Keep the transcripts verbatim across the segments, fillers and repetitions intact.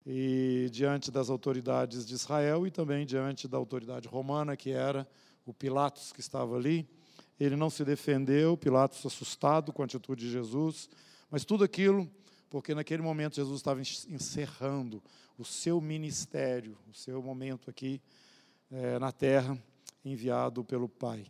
e diante das autoridades de Israel e também diante da autoridade romana, que era o Pilatos que estava ali. Ele não se defendeu, Pilatos assustado com a atitude de Jesus, mas tudo aquilo porque naquele momento Jesus estava encerrando o seu ministério, o seu momento aqui é, na terra, enviado pelo Pai.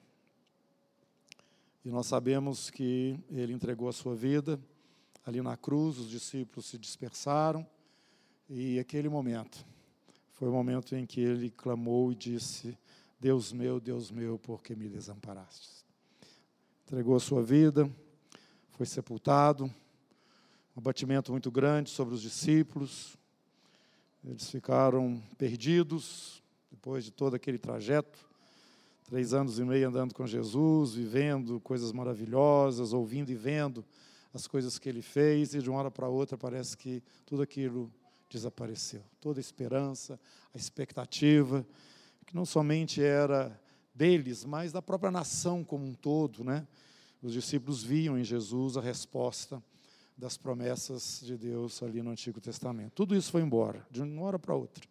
E nós sabemos que ele entregou a sua vida ali na cruz, os discípulos se dispersaram, e aquele momento foi o momento em que ele clamou e disse: Deus meu, Deus meu, por que me desamparaste? Entregou a sua vida, foi sepultado, um abatimento muito grande sobre os discípulos, eles ficaram perdidos, depois de todo aquele trajeto, três anos e meio andando com Jesus, vivendo coisas maravilhosas, ouvindo e vendo as coisas que ele fez, e de uma hora para outra parece que tudo aquilo desapareceu. Toda a esperança, a expectativa, que não somente era deles, mas da própria nação como um todo, né? Os discípulos viam em Jesus a resposta das promessas de Deus ali no Antigo Testamento. Tudo isso foi embora, de uma hora para outra.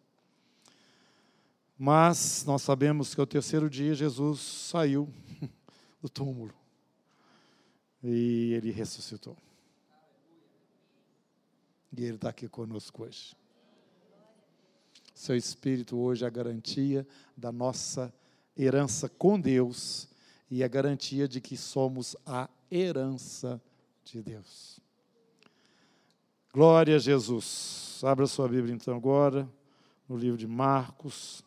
Mas nós sabemos que ao terceiro dia Jesus saiu do túmulo e ele ressuscitou. E ele está aqui conosco hoje. Seu Espírito hoje é a garantia da nossa herança com Deus e a garantia de que somos a herança de Deus. Glória a Jesus. Abra sua Bíblia então agora, no livro de Marcos.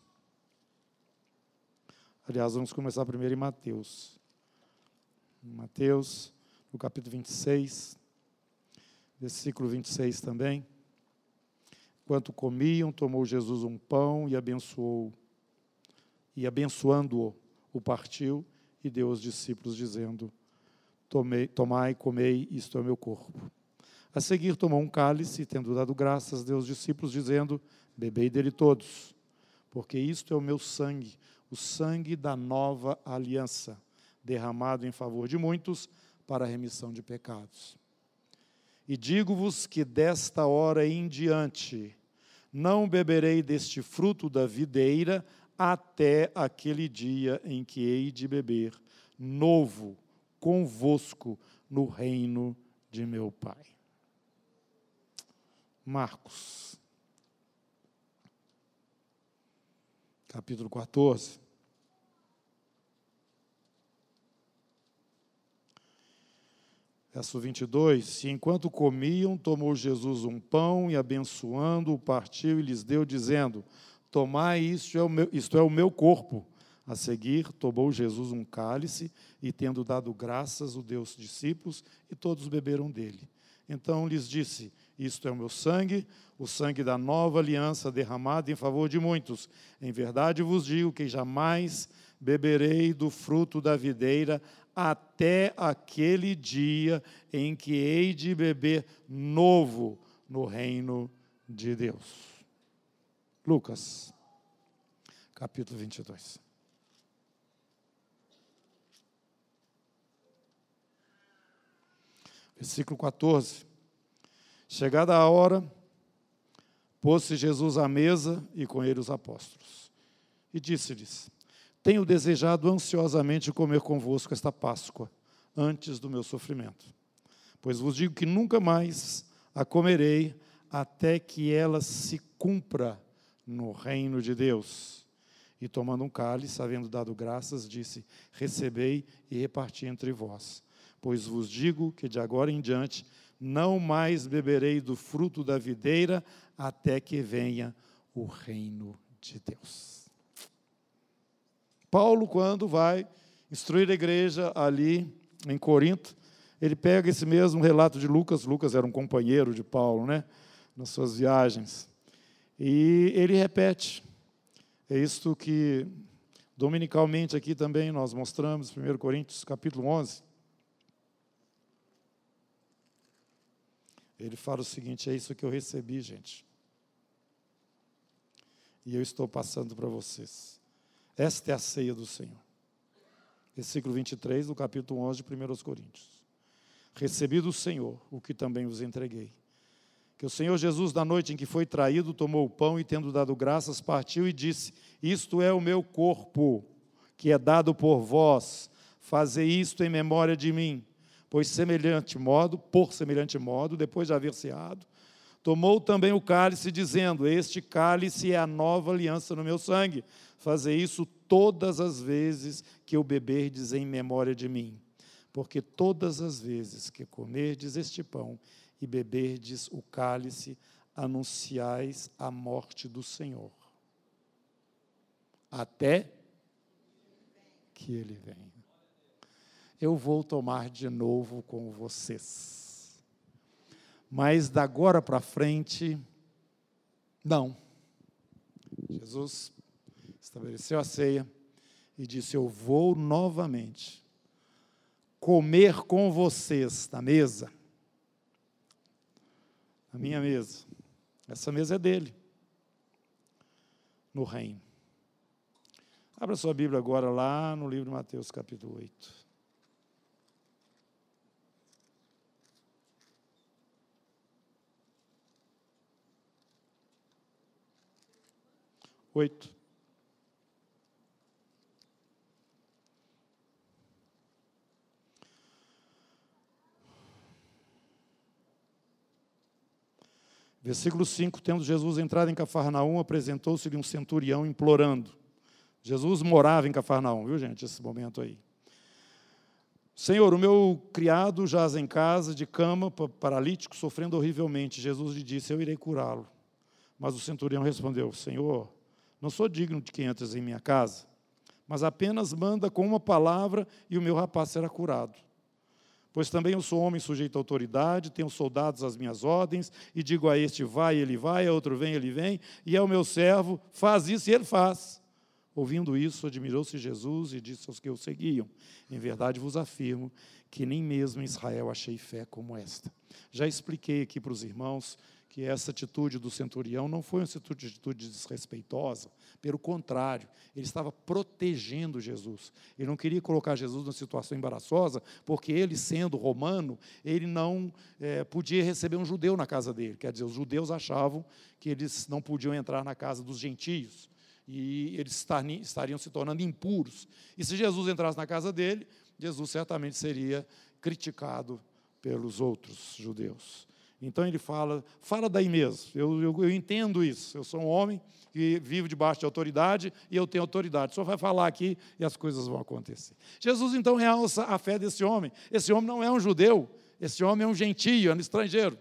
Aliás, vamos começar primeiro em Mateus. Mateus, no capítulo vinte e seis, versículo vinte e seis também. Enquanto comiam, tomou Jesus um pão e abençoou, e abençoando-o, o partiu e deu aos discípulos, dizendo: Tomei, tomai, comei, isto é o meu corpo. A seguir tomou um cálice, e tendo dado graças, deu aos discípulos, dizendo: Bebei dele todos, porque isto é o meu sangue, o sangue da nova aliança, derramado em favor de muitos para a remissão de pecados. E digo-vos que desta hora em diante não beberei deste fruto da videira até aquele dia em que hei de beber novo convosco no reino de meu Pai. Marcos, capítulo quatorze. Verso vinte e dois, e enquanto comiam, tomou Jesus um pão e, abençoando-o, partiu e lhes deu, dizendo: Tomai, isto é o meu, isto é o meu corpo. A seguir, tomou Jesus um cálice e, tendo dado graças, o deu aos discípulos, e todos beberam dele. Então lhes disse: Isto é o meu sangue, o sangue da nova aliança, derramado em favor de muitos. Em verdade vos digo que jamais beberei do fruto da videira até aquele dia em que hei de beber novo no reino de Deus. Lucas, capítulo vinte e dois. Versículo quatorze. Chegada a hora, pôs-se Jesus à mesa e com ele os apóstolos. E disse-lhes: Tenho desejado ansiosamente comer convosco esta Páscoa, antes do meu sofrimento. Pois vos digo que nunca mais a comerei, até que ela se cumpra no reino de Deus. E tomando um cálice, havendo dado graças, disse: Recebei e reparti entre vós. Pois vos digo que de agora em diante não mais beberei do fruto da videira, até que venha o reino de Deus. Paulo, quando vai instruir a igreja ali em Corinto, ele pega esse mesmo relato de Lucas. Lucas era um companheiro de Paulo, né, nas suas viagens. E ele repete. É isto que dominicalmente aqui também nós mostramos, primeiro Coríntios capítulo onze. Ele fala o seguinte: é isso que eu recebi, gente. E eu estou passando para vocês. Esta é a ceia do Senhor. Versículo vinte e três do capítulo onze de primeiro Coríntios. Recebi do Senhor o que também vos entreguei. que o Senhor Jesus, na noite em que foi traído, tomou o pão e, tendo dado graças, partiu e disse: isto é o meu corpo, que é dado por vós, fazei isto em memória de mim. Pois semelhante modo, por semelhante modo, depois de haver ceado, tomou também o cálice, dizendo: este cálice é a nova aliança no meu sangue. Fazei isso todas as vezes que o beberdes em memória de mim. Porque todas as vezes que comerdes este pão e beberdes o cálice, anunciais a morte do Senhor, até que Ele venha. Eu vou tomar de novo com vocês. Mas da agora para frente, não. Jesus estabeleceu a ceia e disse: eu vou novamente comer com vocês na mesa, na minha mesa. Essa mesa é dele, no reino. Abra sua Bíblia agora lá no livro de Mateus, capítulo oito. Oito. Versículo cinco, tendo Jesus entrado em Cafarnaum, apresentou-se-lhe um centurião implorando. Jesus morava em Cafarnaum, viu, gente, esse momento aí. Senhor, o meu criado jaz em casa, de cama, paralítico, sofrendo horrivelmente. Jesus lhe disse: eu irei curá-lo. Mas o centurião respondeu: Senhor, não sou digno de que entres em minha casa, mas apenas manda com uma palavra e o meu rapaz será curado. Pois também eu sou homem sujeito à autoridade, tenho soldados às minhas ordens, e digo a este vai, ele vai, a outro vem, ele vem, e é o meu servo, faz isso e ele faz. Ouvindo isso, admirou-se Jesus e disse aos que o seguiam: em verdade vos afirmo que nem mesmo em Israel achei fé como esta. Já expliquei aqui para os irmãos que essa atitude do centurião não foi uma atitude, atitude desrespeitosa, pelo contrário, ele estava protegendo Jesus. Ele não queria colocar Jesus numa situação embaraçosa, porque ele, sendo romano, ele não é, podia receber um judeu na casa dele. Quer dizer, os judeus achavam que eles não podiam entrar na casa dos gentios, e eles estariam, estariam se tornando impuros. E se Jesus entrasse na casa dele, Jesus certamente seria criticado pelos outros judeus. Então ele fala, fala daí mesmo, eu, eu, eu entendo isso, eu sou um homem que vivo debaixo de autoridade e eu tenho autoridade. O senhor vai falar aqui e as coisas vão acontecer. Jesus então realça a fé desse homem. Esse homem não é um judeu, esse homem é um gentio, é um estrangeiro.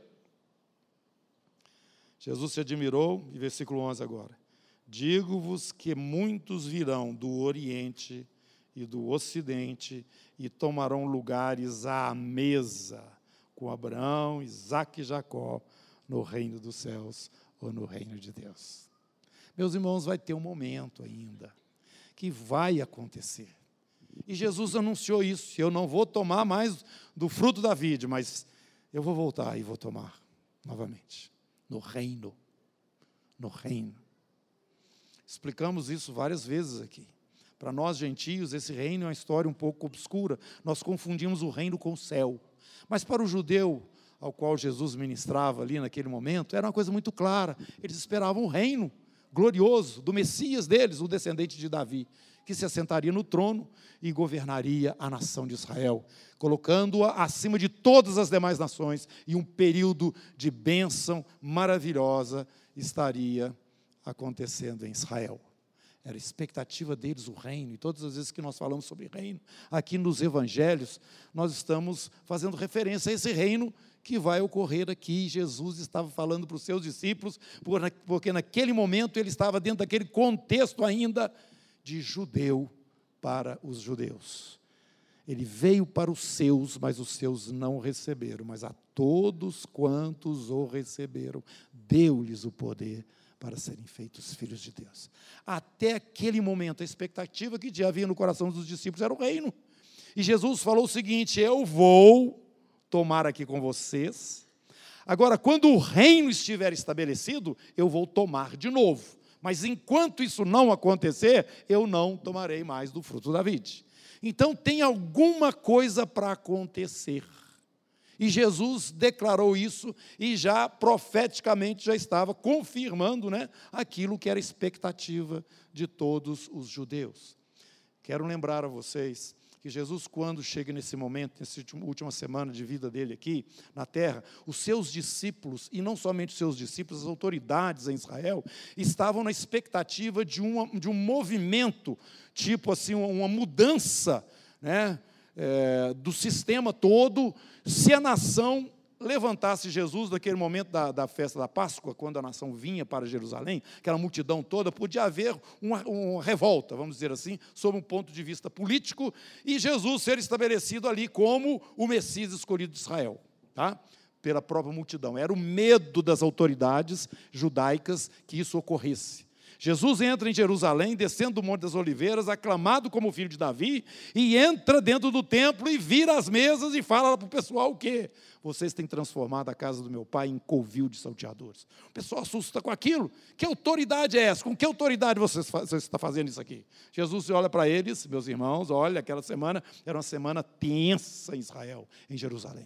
Jesus se admirou, e versículo onze agora: digo-vos que muitos virão do Oriente e do Ocidente e tomarão lugares à mesa com Abraão, Isaque e Jacó, no reino dos céus ou no reino de Deus. Meus irmãos, vai ter um momento ainda que vai acontecer. E Jesus anunciou isso: eu não vou tomar mais do fruto da vide, mas eu vou voltar e vou tomar novamente, no reino, no reino. Explicamos isso várias vezes aqui. Para nós gentios, esse reino é uma história um pouco obscura. Nós confundimos o reino com o céu. Mas para o judeu ao qual Jesus ministrava ali naquele momento, era uma coisa muito clara. Eles esperavam o reino glorioso do Messias deles, o descendente de Davi, que se assentaria no trono e governaria a nação de Israel, colocando-a acima de todas as demais nações, e um período de bênção maravilhosa estaria acontecendo em Israel. Era a expectativa deles, o reino, e todas as vezes que nós falamos sobre reino, aqui nos evangelhos, nós estamos fazendo referência a esse reino que vai ocorrer aqui. Jesus estava falando para os seus discípulos, porque naquele momento ele estava dentro daquele contexto ainda de judeu para os judeus. Ele veio para os seus, mas os seus não o receberam, mas a todos quantos o receberam, deu-lhes o poder para serem feitos filhos de Deus. Até aquele momento, a expectativa que havia no coração dos discípulos era o reino. E Jesus falou o seguinte: eu vou tomar aqui com vocês. Agora, quando o reino estiver estabelecido, eu vou tomar de novo. Mas enquanto isso não acontecer, eu não tomarei mais do fruto da vide. Então, tem alguma coisa para acontecer. E Jesus declarou isso e já profeticamente já estava confirmando, né, aquilo que era expectativa de todos os judeus. Quero lembrar a vocês que Jesus, quando chega nesse momento, nessa última semana de vida dele aqui na terra, os seus discípulos, e não somente os seus discípulos, as autoridades em Israel, estavam na expectativa de, uma, de um movimento, tipo assim, uma mudança, né, é, do sistema todo, se a nação levantasse Jesus naquele momento da, da festa da Páscoa, quando a nação vinha para Jerusalém, aquela multidão toda, podia haver uma, uma revolta, vamos dizer assim, sob um ponto de vista político, e Jesus ser estabelecido ali como o Messias escolhido de Israel, tá? Pela própria multidão. Era o medo das autoridades judaicas que isso ocorresse. Jesus entra em Jerusalém, descendo do Monte das Oliveiras, aclamado como filho de Davi, e entra dentro do templo e vira as mesas e fala para o pessoal o quê? Vocês têm transformado a casa do meu pai em covil de salteadores. O pessoal assusta com aquilo. Que autoridade é essa? Com que autoridade você, você está fazendo isso aqui? Jesus olha para eles, meus irmãos, olha, aquela semana era uma semana tensa em Israel, em Jerusalém.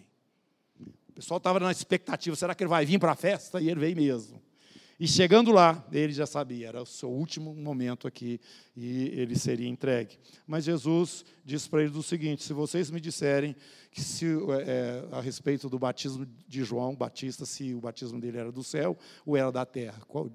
O pessoal estava na expectativa, será que ele vai vir para a festa? E ele veio mesmo. E chegando lá, ele já sabia, era o seu último momento aqui, e ele seria entregue. Mas Jesus disse para eles o seguinte: se vocês me disserem que se, é, a respeito do batismo de João Batista, se o batismo dele era do céu ou era da terra, qual,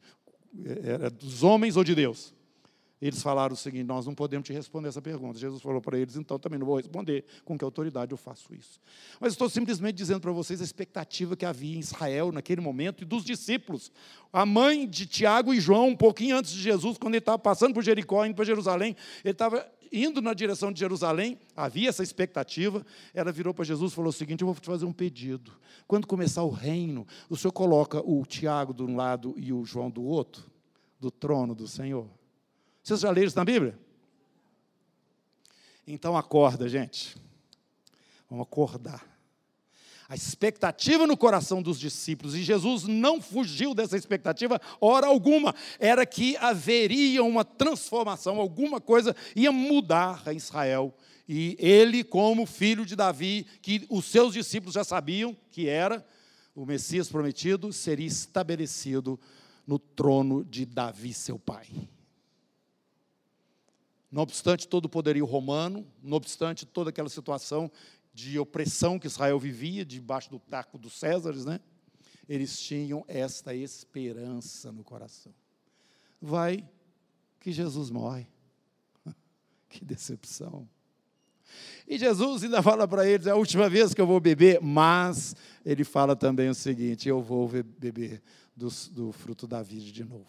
era dos homens ou de Deus? Eles falaram o seguinte: nós não podemos te responder essa pergunta. Jesus falou para eles: então também não vou responder com que autoridade eu faço isso. Mas estou simplesmente dizendo para vocês a expectativa que havia em Israel naquele momento e dos discípulos. A mãe de Tiago e João, um pouquinho antes de Jesus, quando ele estava passando por Jericó, indo para Jerusalém, ele estava indo na direção de Jerusalém, havia essa expectativa. Ela virou para Jesus e falou o seguinte: eu vou te fazer um pedido. Quando começar o reino, o senhor coloca o Tiago de um lado e o João do outro, do trono do Senhor. Vocês já leram isso na Bíblia? Então acorda, gente. Vamos acordar. A expectativa no coração dos discípulos, e Jesus não fugiu dessa expectativa, hora alguma, era que haveria uma transformação, alguma coisa ia mudar em Israel. E ele, como filho de Davi, que os seus discípulos já sabiam que era o Messias prometido, seria estabelecido no trono de Davi, seu pai. Não obstante todo o poderio romano, não obstante toda aquela situação de opressão que Israel vivia, debaixo do taco dos Césares, né? Eles tinham esta esperança no coração. Vai que Jesus morre. Que decepção. E Jesus ainda fala para eles: é a última vez que eu vou beber, mas ele fala também o seguinte: eu vou beber do, do fruto da vide de novo.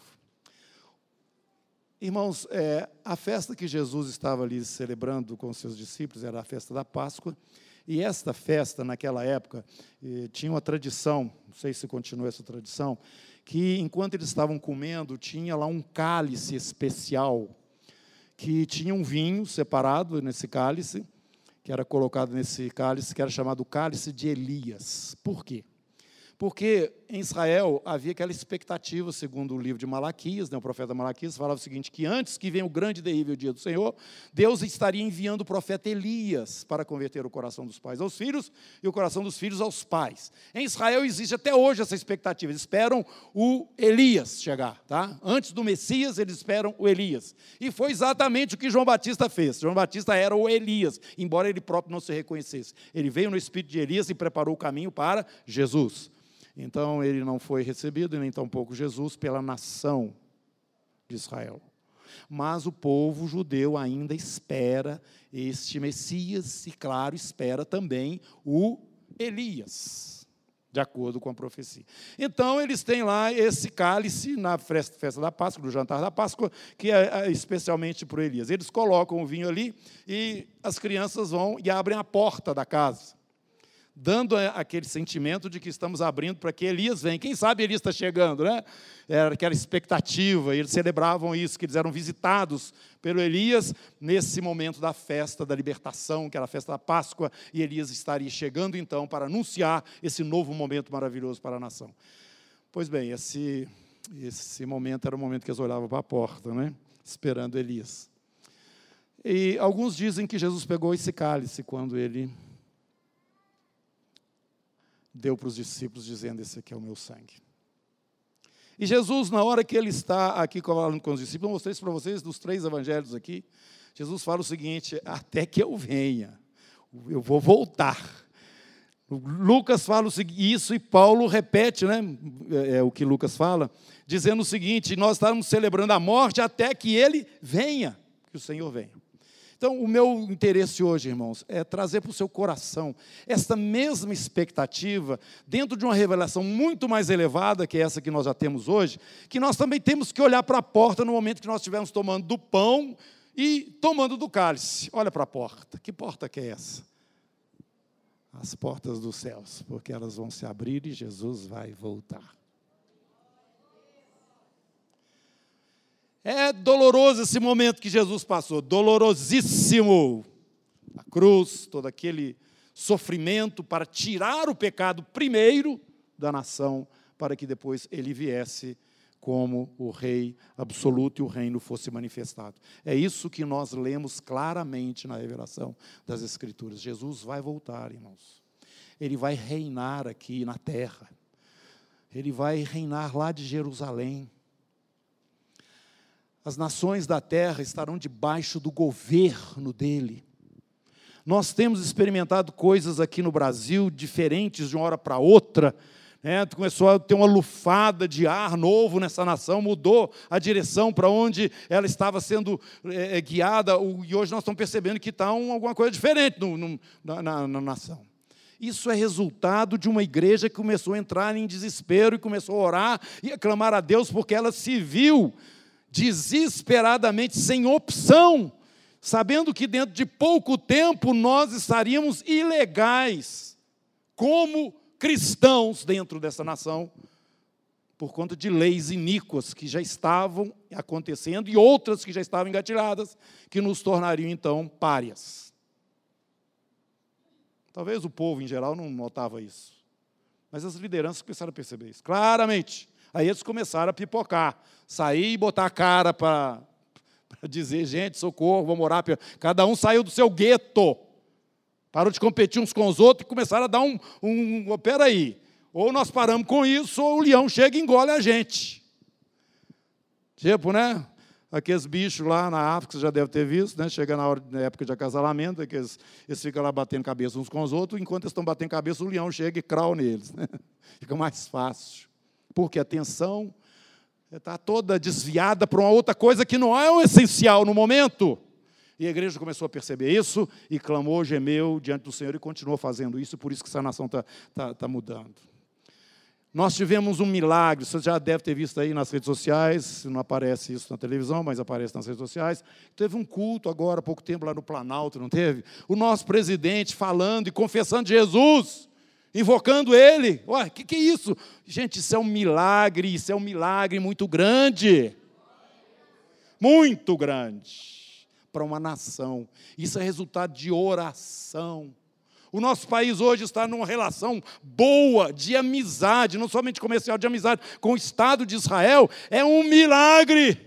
Irmãos, é, a festa que Jesus estava ali celebrando com os seus discípulos era a festa da Páscoa, e esta festa, naquela época, eh, tinha uma tradição, não sei se continua essa tradição, que enquanto eles estavam comendo, tinha lá um cálice especial, que tinha um vinho separado nesse cálice, que era colocado nesse cálice, que era chamado cálice de Elias. Por quê? Porque em Israel havia aquela expectativa, segundo o livro de Malaquias, né, o profeta Malaquias falava o seguinte, que antes que venha o grande e terrível dia do Senhor, Deus estaria enviando o profeta Elias para converter o coração dos pais aos filhos e o coração dos filhos aos pais. Em Israel existe até hoje essa expectativa, eles esperam o Elias chegar, tá? Antes do Messias eles esperam o Elias. E foi exatamente o que João Batista fez. João Batista era o Elias, embora ele próprio não se reconhecesse. Ele veio no espírito de Elias e preparou o caminho para Jesus. Então, ele não foi recebido, nem tampouco Jesus, pela nação de Israel. Mas o povo judeu ainda espera este Messias e, claro, espera também o Elias, de acordo com a profecia. Então, eles têm lá esse cálice na festa da Páscoa, no jantar da Páscoa, que é especialmente para o Elias. Eles colocam o vinho ali e as crianças vão e abrem a porta da casa, dando aquele sentimento de que estamos abrindo para que Elias venha. Quem sabe Elias está chegando, né? Era aquela expectativa, e eles celebravam isso, que eles eram visitados pelo Elias nesse momento da festa da libertação, que era a festa da Páscoa, e Elias estaria chegando então para anunciar esse novo momento maravilhoso para a nação. Pois bem, esse, esse momento era o momento que eles olhavam para a porta, né? Esperando Elias. E alguns dizem que Jesus pegou esse cálice quando ele deu para os discípulos, dizendo: esse aqui é o meu sangue. E Jesus, na hora que ele está aqui falando com os discípulos, eu mostrei isso para vocês, dos três evangelhos aqui, Jesus fala o seguinte: até que eu venha, eu vou voltar. Lucas fala isso e Paulo repete, né, é, o que Lucas fala, dizendo o seguinte: nós estamos celebrando a morte até que ele venha, que o Senhor venha. Então, o meu interesse hoje, irmãos, é trazer para o seu coração esta mesma expectativa, dentro de uma revelação muito mais elevada que essa que nós já temos hoje, que nós também temos que olhar para a porta no momento que nós estivermos tomando do pão e tomando do cálice. Olha para a porta. Que porta que é essa? As portas dos céus, porque elas vão se abrir e Jesus vai voltar. É doloroso esse momento que Jesus passou, dolorosíssimo. A cruz, todo aquele sofrimento para tirar o pecado primeiro da nação, para que depois ele viesse como o Rei absoluto e o reino fosse manifestado. É isso que nós lemos claramente na revelação das Escrituras. Jesus vai voltar, irmãos. Ele vai reinar aqui na terra. Ele vai reinar lá de Jerusalém. As nações da terra estarão debaixo do governo dele. Nós temos experimentado coisas aqui no Brasil diferentes de uma hora para outra. É, começou a ter uma lufada de ar novo nessa nação, mudou a direção para onde ela estava sendo é, guiada, e hoje nós estamos percebendo que está um, alguma coisa diferente no, no, na, na, na nação. Isso é resultado de uma igreja que começou a entrar em desespero e começou a orar e a clamar a Deus, porque ela se viu desesperadamente sem opção, sabendo que dentro de pouco tempo nós estaríamos ilegais, como cristãos dentro dessa nação, por conta de leis iníquas que já estavam acontecendo e outras que já estavam engatilhadas, que nos tornariam, então, párias. Talvez o povo, em geral, não notava isso, mas as lideranças começaram a perceber isso, claramente. Aí eles começaram a pipocar, sair e botar a cara para dizer: gente, socorro, vamos orar. Cada um saiu do seu gueto. Parou de competir uns com os outros e começaram a dar um... um, um peraí, ou nós paramos com isso, ou o leão chega e engole a gente. Tipo, né? Aqueles bichos lá na África, você já deve ter visto, né? Chega na, hora, na época de acasalamento, eles, eles ficam lá batendo cabeça uns com os outros, enquanto eles estão batendo cabeça, o leão chega e crau neles. Né? Fica mais fácil. Porque a atenção está toda desviada para uma outra coisa que não é o essencial no momento. E a igreja começou a perceber isso, e clamou, gemeu diante do Senhor, e continuou fazendo isso, por isso que essa nação está tá, tá mudando. Nós tivemos um milagre, você já deve ter visto aí nas redes sociais, não aparece isso na televisão, mas aparece nas redes sociais. Teve um culto agora, há pouco tempo, lá no Planalto, não teve? O nosso presidente falando e confessando Jesus, invocando ele. Ué, o que, que é isso? Gente, isso é um milagre, isso é um milagre muito grande. Muito grande. Para uma nação. Isso é resultado de oração. O nosso país hoje está numa relação boa, de amizade, não somente comercial, de amizade com o Estado de Israel. É um milagre.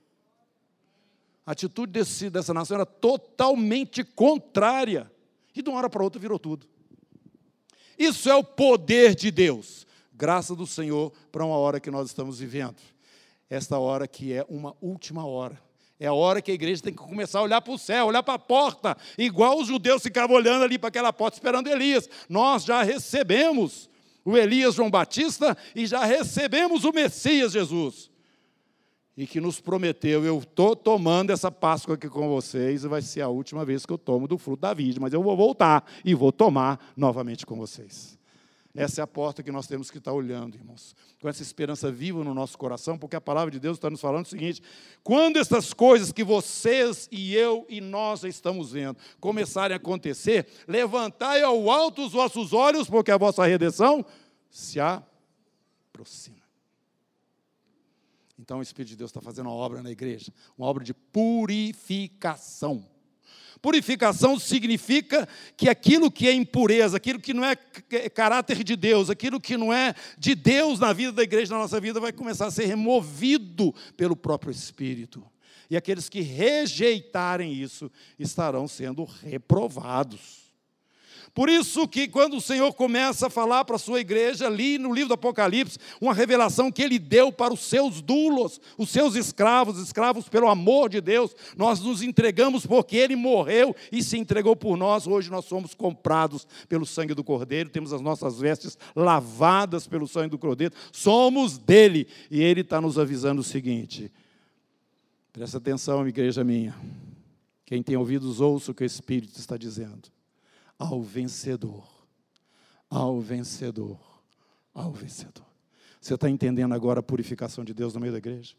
A atitude desse, dessa nação era totalmente contrária. E de uma hora para outra virou tudo. Isso é o poder de Deus. Graça do Senhor para uma hora que nós estamos vivendo. Esta hora que é uma última hora. É a hora que a igreja tem que começar a olhar para o céu, olhar para a porta, igual os judeus ficavam olhando ali para aquela porta, esperando Elias. Nós já recebemos o Elias João Batista e já recebemos o Messias Jesus. E que nos prometeu: eu estou tomando essa Páscoa aqui com vocês, e vai ser a última vez que eu tomo do fruto da vide, mas eu vou voltar e vou tomar novamente com vocês. Essa é a porta que nós temos que estar olhando, irmãos, com essa esperança viva no nosso coração, porque a palavra de Deus está nos falando o seguinte: quando essas coisas que vocês e eu e nós estamos vendo começarem a acontecer, levantai ao alto os vossos olhos, porque a vossa redenção se aproxima. Então o Espírito de Deus está fazendo uma obra na igreja, uma obra de purificação. Purificação significa que aquilo que é impureza, aquilo que não é caráter de Deus, aquilo que não é de Deus na vida da igreja, na nossa vida, vai começar a ser removido pelo próprio Espírito. E aqueles que rejeitarem isso estarão sendo reprovados. Por isso que quando o Senhor começa a falar para a sua igreja, ali no livro do Apocalipse, uma revelação que Ele deu para os seus doulos, os seus escravos, escravos pelo amor de Deus, nós nos entregamos porque Ele morreu e se entregou por nós. Hoje nós somos comprados pelo sangue do Cordeiro, temos as nossas vestes lavadas pelo sangue do Cordeiro, somos dele. E Ele está nos avisando o seguinte, presta atenção, igreja minha, quem tem ouvidos ouça o que o Espírito está dizendo. Ao vencedor, ao vencedor, ao vencedor. Você está entendendo agora a purificação de Deus no meio da igreja?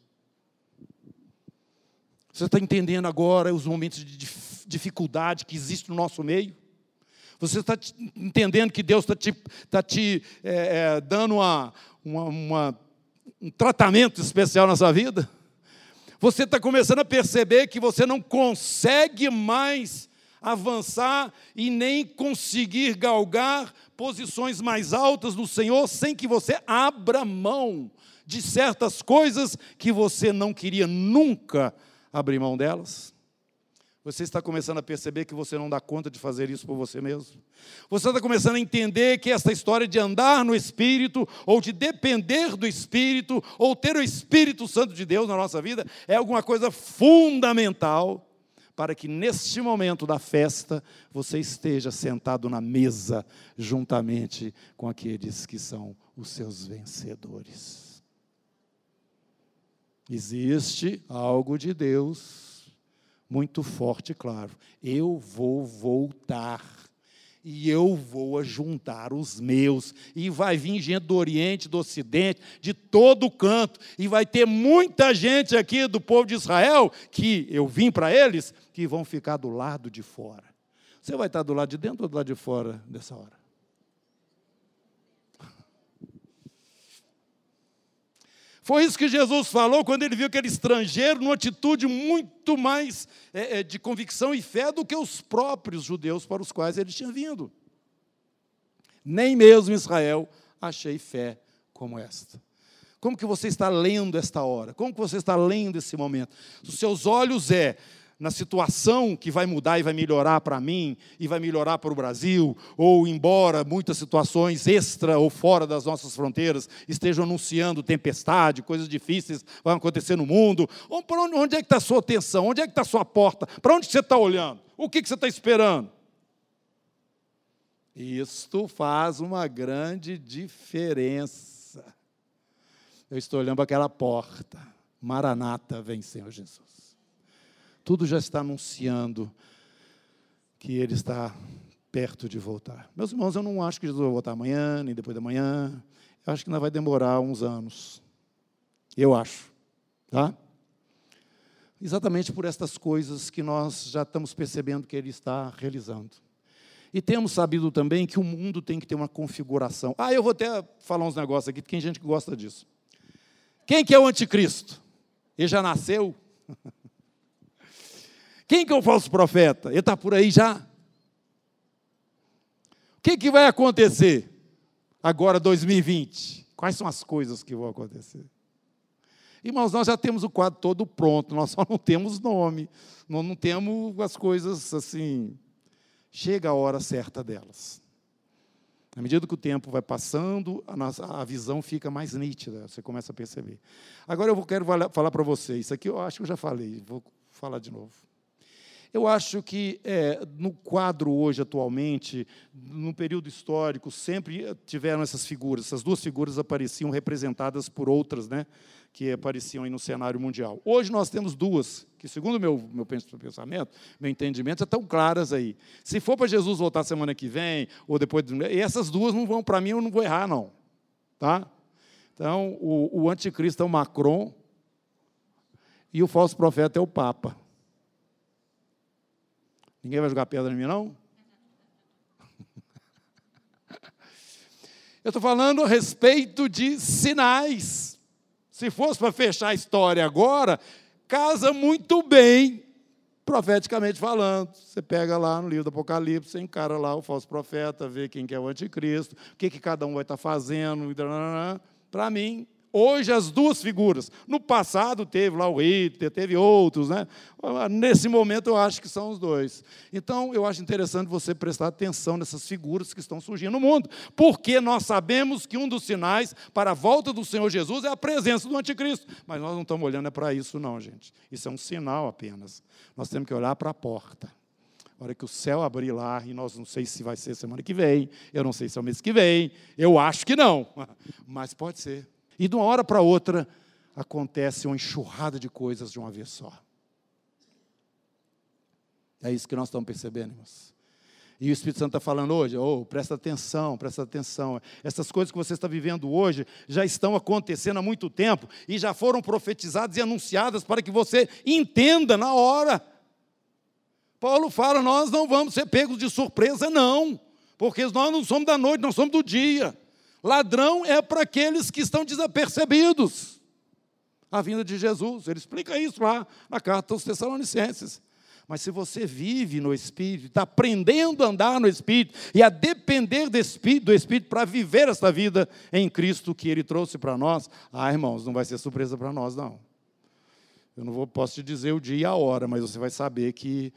Você está entendendo agora os momentos de dificuldade que existem no nosso meio? Você está entendendo que Deus está te, está te é, é, dando uma, uma, uma, um tratamento especial na sua vida? Você está começando a perceber que você não consegue mais avançar e nem conseguir galgar posições mais altas no Senhor sem que você abra mão de certas coisas que você não queria nunca abrir mão delas? Você está começando a perceber que você não dá conta de fazer isso por você mesmo? Você está começando a entender que essa história de andar no Espírito, ou de depender do Espírito, ou ter o Espírito Santo de Deus na nossa vida, é alguma coisa fundamental para que neste momento da festa você esteja sentado na mesa juntamente com aqueles que são os seus vencedores. Existe algo de Deus muito forte e claro. Eu vou voltar e eu vou ajuntar os meus, e vai vir gente do Oriente, do Ocidente, de todo canto, e vai ter muita gente aqui do povo de Israel, que eu vim para eles, que vão ficar do lado de fora. Você vai estar do lado de dentro ou do lado de fora dessa hora? Foi isso que Jesus falou quando ele viu aquele estrangeiro numa atitude muito mais é, de convicção e fé do que os próprios judeus para os quais ele tinha vindo. Nem mesmo em Israel achei fé como esta. Como que você está lendo esta hora? Como que você está lendo esse momento? Os seus olhos é na situação que vai mudar e vai melhorar para mim, e vai melhorar para o Brasil, ou embora muitas situações extra ou fora das nossas fronteiras estejam anunciando tempestade, coisas difíceis vão acontecer no mundo, ou para onde, onde é que está a sua atenção? Onde é que está a sua porta? Para onde você está olhando? O que, que você está esperando? Isto faz uma grande diferença. Eu estou olhando para aquela porta. Maranata, vem Senhor Jesus. Tudo já está anunciando que Ele está perto de voltar. Meus irmãos, eu não acho que Jesus vai voltar amanhã, nem depois da manhã. Eu acho que ainda vai demorar uns anos. Eu acho. Tá? Exatamente por estas coisas que nós já estamos percebendo que Ele está realizando. E temos sabido também que o mundo tem que ter uma configuração. Ah, eu vou até falar uns negócios aqui, tem gente que gosta disso. Quem que é o anticristo? Ele já nasceu? Quem que é o falso profeta? Ele está por aí já? O que, que vai acontecer agora, dois mil e vinte? Quais são as coisas que vão acontecer? Irmãos, nós já temos o quadro todo pronto, nós só não temos nome, nós não temos as coisas assim. Chega a hora certa delas. À medida que o tempo vai passando, a, nossa, a visão fica mais nítida, você começa a perceber. Agora eu quero falar para vocês, isso aqui eu acho que eu já falei, vou falar de novo. Eu acho que é, no quadro hoje, atualmente, no período histórico, sempre tiveram essas figuras. Essas duas figuras apareciam representadas por outras, né, que apareciam aí no cenário mundial. Hoje nós temos duas, que segundo o meu, meu pensamento, meu entendimento, já estão claras aí. Se for para Jesus voltar semana que vem, ou depois... E essas duas não vão, para mim, eu não vou errar, não. Tá? Então, o, o anticristo é o Macron e o falso profeta é o Papa. Ninguém vai jogar pedra em mim, não? Eu estou falando a respeito de sinais. Se fosse para fechar a história agora, casa muito bem, profeticamente falando. Você pega lá no livro do Apocalipse, você encara lá o falso profeta, vê quem que é o anticristo, o que, que cada um vai estar fazendo. Para mim, Hoje as duas figuras. No passado teve lá o Hitler, teve outros, né? Nesse momento eu acho que são os dois. Então eu acho interessante você prestar atenção nessas figuras que estão surgindo no mundo, porque nós sabemos que um dos sinais para a volta do Senhor Jesus é a presença do anticristo. Mas nós não estamos olhando para isso não, gente. Isso é um sinal apenas. Nós temos que olhar para a porta. A hora que o céu abrir lá, e nós não sei se vai ser semana que vem, eu não sei se é o mês que vem, eu acho que não, mas pode ser. E de uma hora para outra, acontece uma enxurrada de coisas de uma vez só. É isso que nós estamos percebendo, irmãos. E o Espírito Santo está falando hoje, oh, presta atenção, presta atenção. Essas coisas que você está vivendo hoje já estão acontecendo há muito tempo e já foram profetizadas e anunciadas para que você entenda na hora. Paulo fala, nós não vamos ser pegos de surpresa, não, porque nós não somos da noite, nós somos do dia. Ladrão é para aqueles que estão desapercebidos. A vinda de Jesus, ele explica isso lá na carta aos Tessalonicenses. Mas se você vive no Espírito, está aprendendo a andar no Espírito e a depender do Espírito, do Espírito para viver esta vida em Cristo que Ele trouxe para nós, ah, irmãos, não vai ser surpresa para nós, não. Eu não vou, posso te dizer o dia e a hora, mas você vai saber que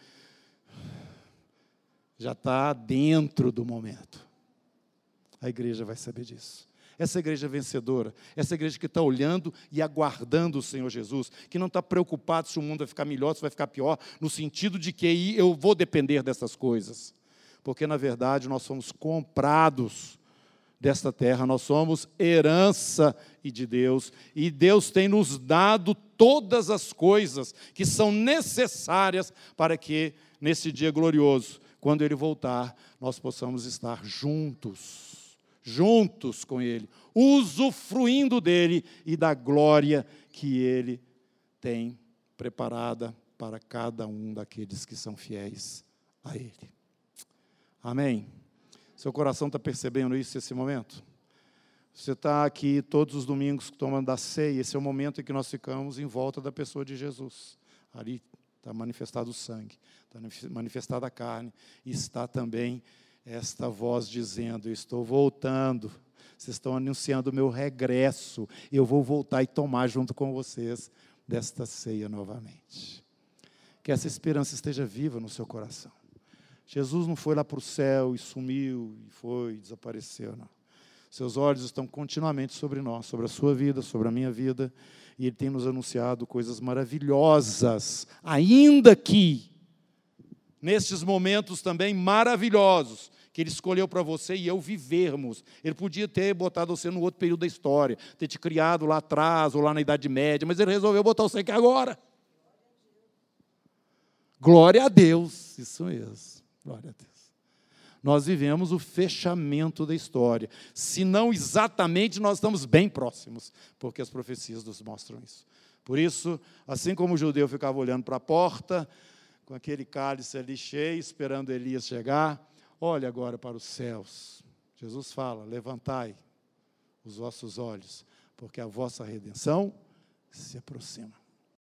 já está dentro do momento. A igreja vai saber disso. Essa igreja vencedora, essa igreja que está olhando e aguardando o Senhor Jesus, que não está preocupado se o mundo vai ficar melhor, se vai ficar pior, no sentido de que eu vou depender dessas coisas. Porque, na verdade, nós somos comprados desta terra, nós somos herança de Deus, e Deus tem nos dado todas as coisas que são necessárias para que, nesse dia glorioso, quando Ele voltar, nós possamos estar juntos. juntos com Ele, usufruindo dEle e da glória que Ele tem preparada para cada um daqueles que são fiéis a Ele. Amém? Seu coração está percebendo isso nesse momento? Você está aqui todos os domingos tomando a ceia, esse é o momento em que nós ficamos em volta da pessoa de Jesus. Ali está manifestado o sangue, está manifestada a carne, e está também esta voz dizendo, eu estou voltando, vocês estão anunciando o meu regresso, eu vou voltar e tomar junto com vocês desta ceia novamente. Que essa esperança esteja viva no seu coração. Jesus não foi lá para o céu e sumiu, e foi, e desapareceu, não. Seus olhos estão continuamente sobre nós, sobre a sua vida, sobre a minha vida, e Ele tem nos anunciado coisas maravilhosas, ainda que nestes momentos também maravilhosos, que Ele escolheu para você e eu vivermos. Ele podia ter botado você no outro período da história, ter te criado lá atrás, ou lá na Idade Média, mas Ele resolveu botar você aqui agora. Glória a Deus, isso mesmo, glória a Deus. Nós vivemos o fechamento da história, se não exatamente, nós estamos bem próximos, porque as profecias nos mostram isso. Por isso, assim como o judeu ficava olhando para a porta, com aquele cálice ali cheio, esperando Elias chegar, olhe agora para os céus. Jesus fala, levantai os vossos olhos, porque a vossa redenção se aproxima.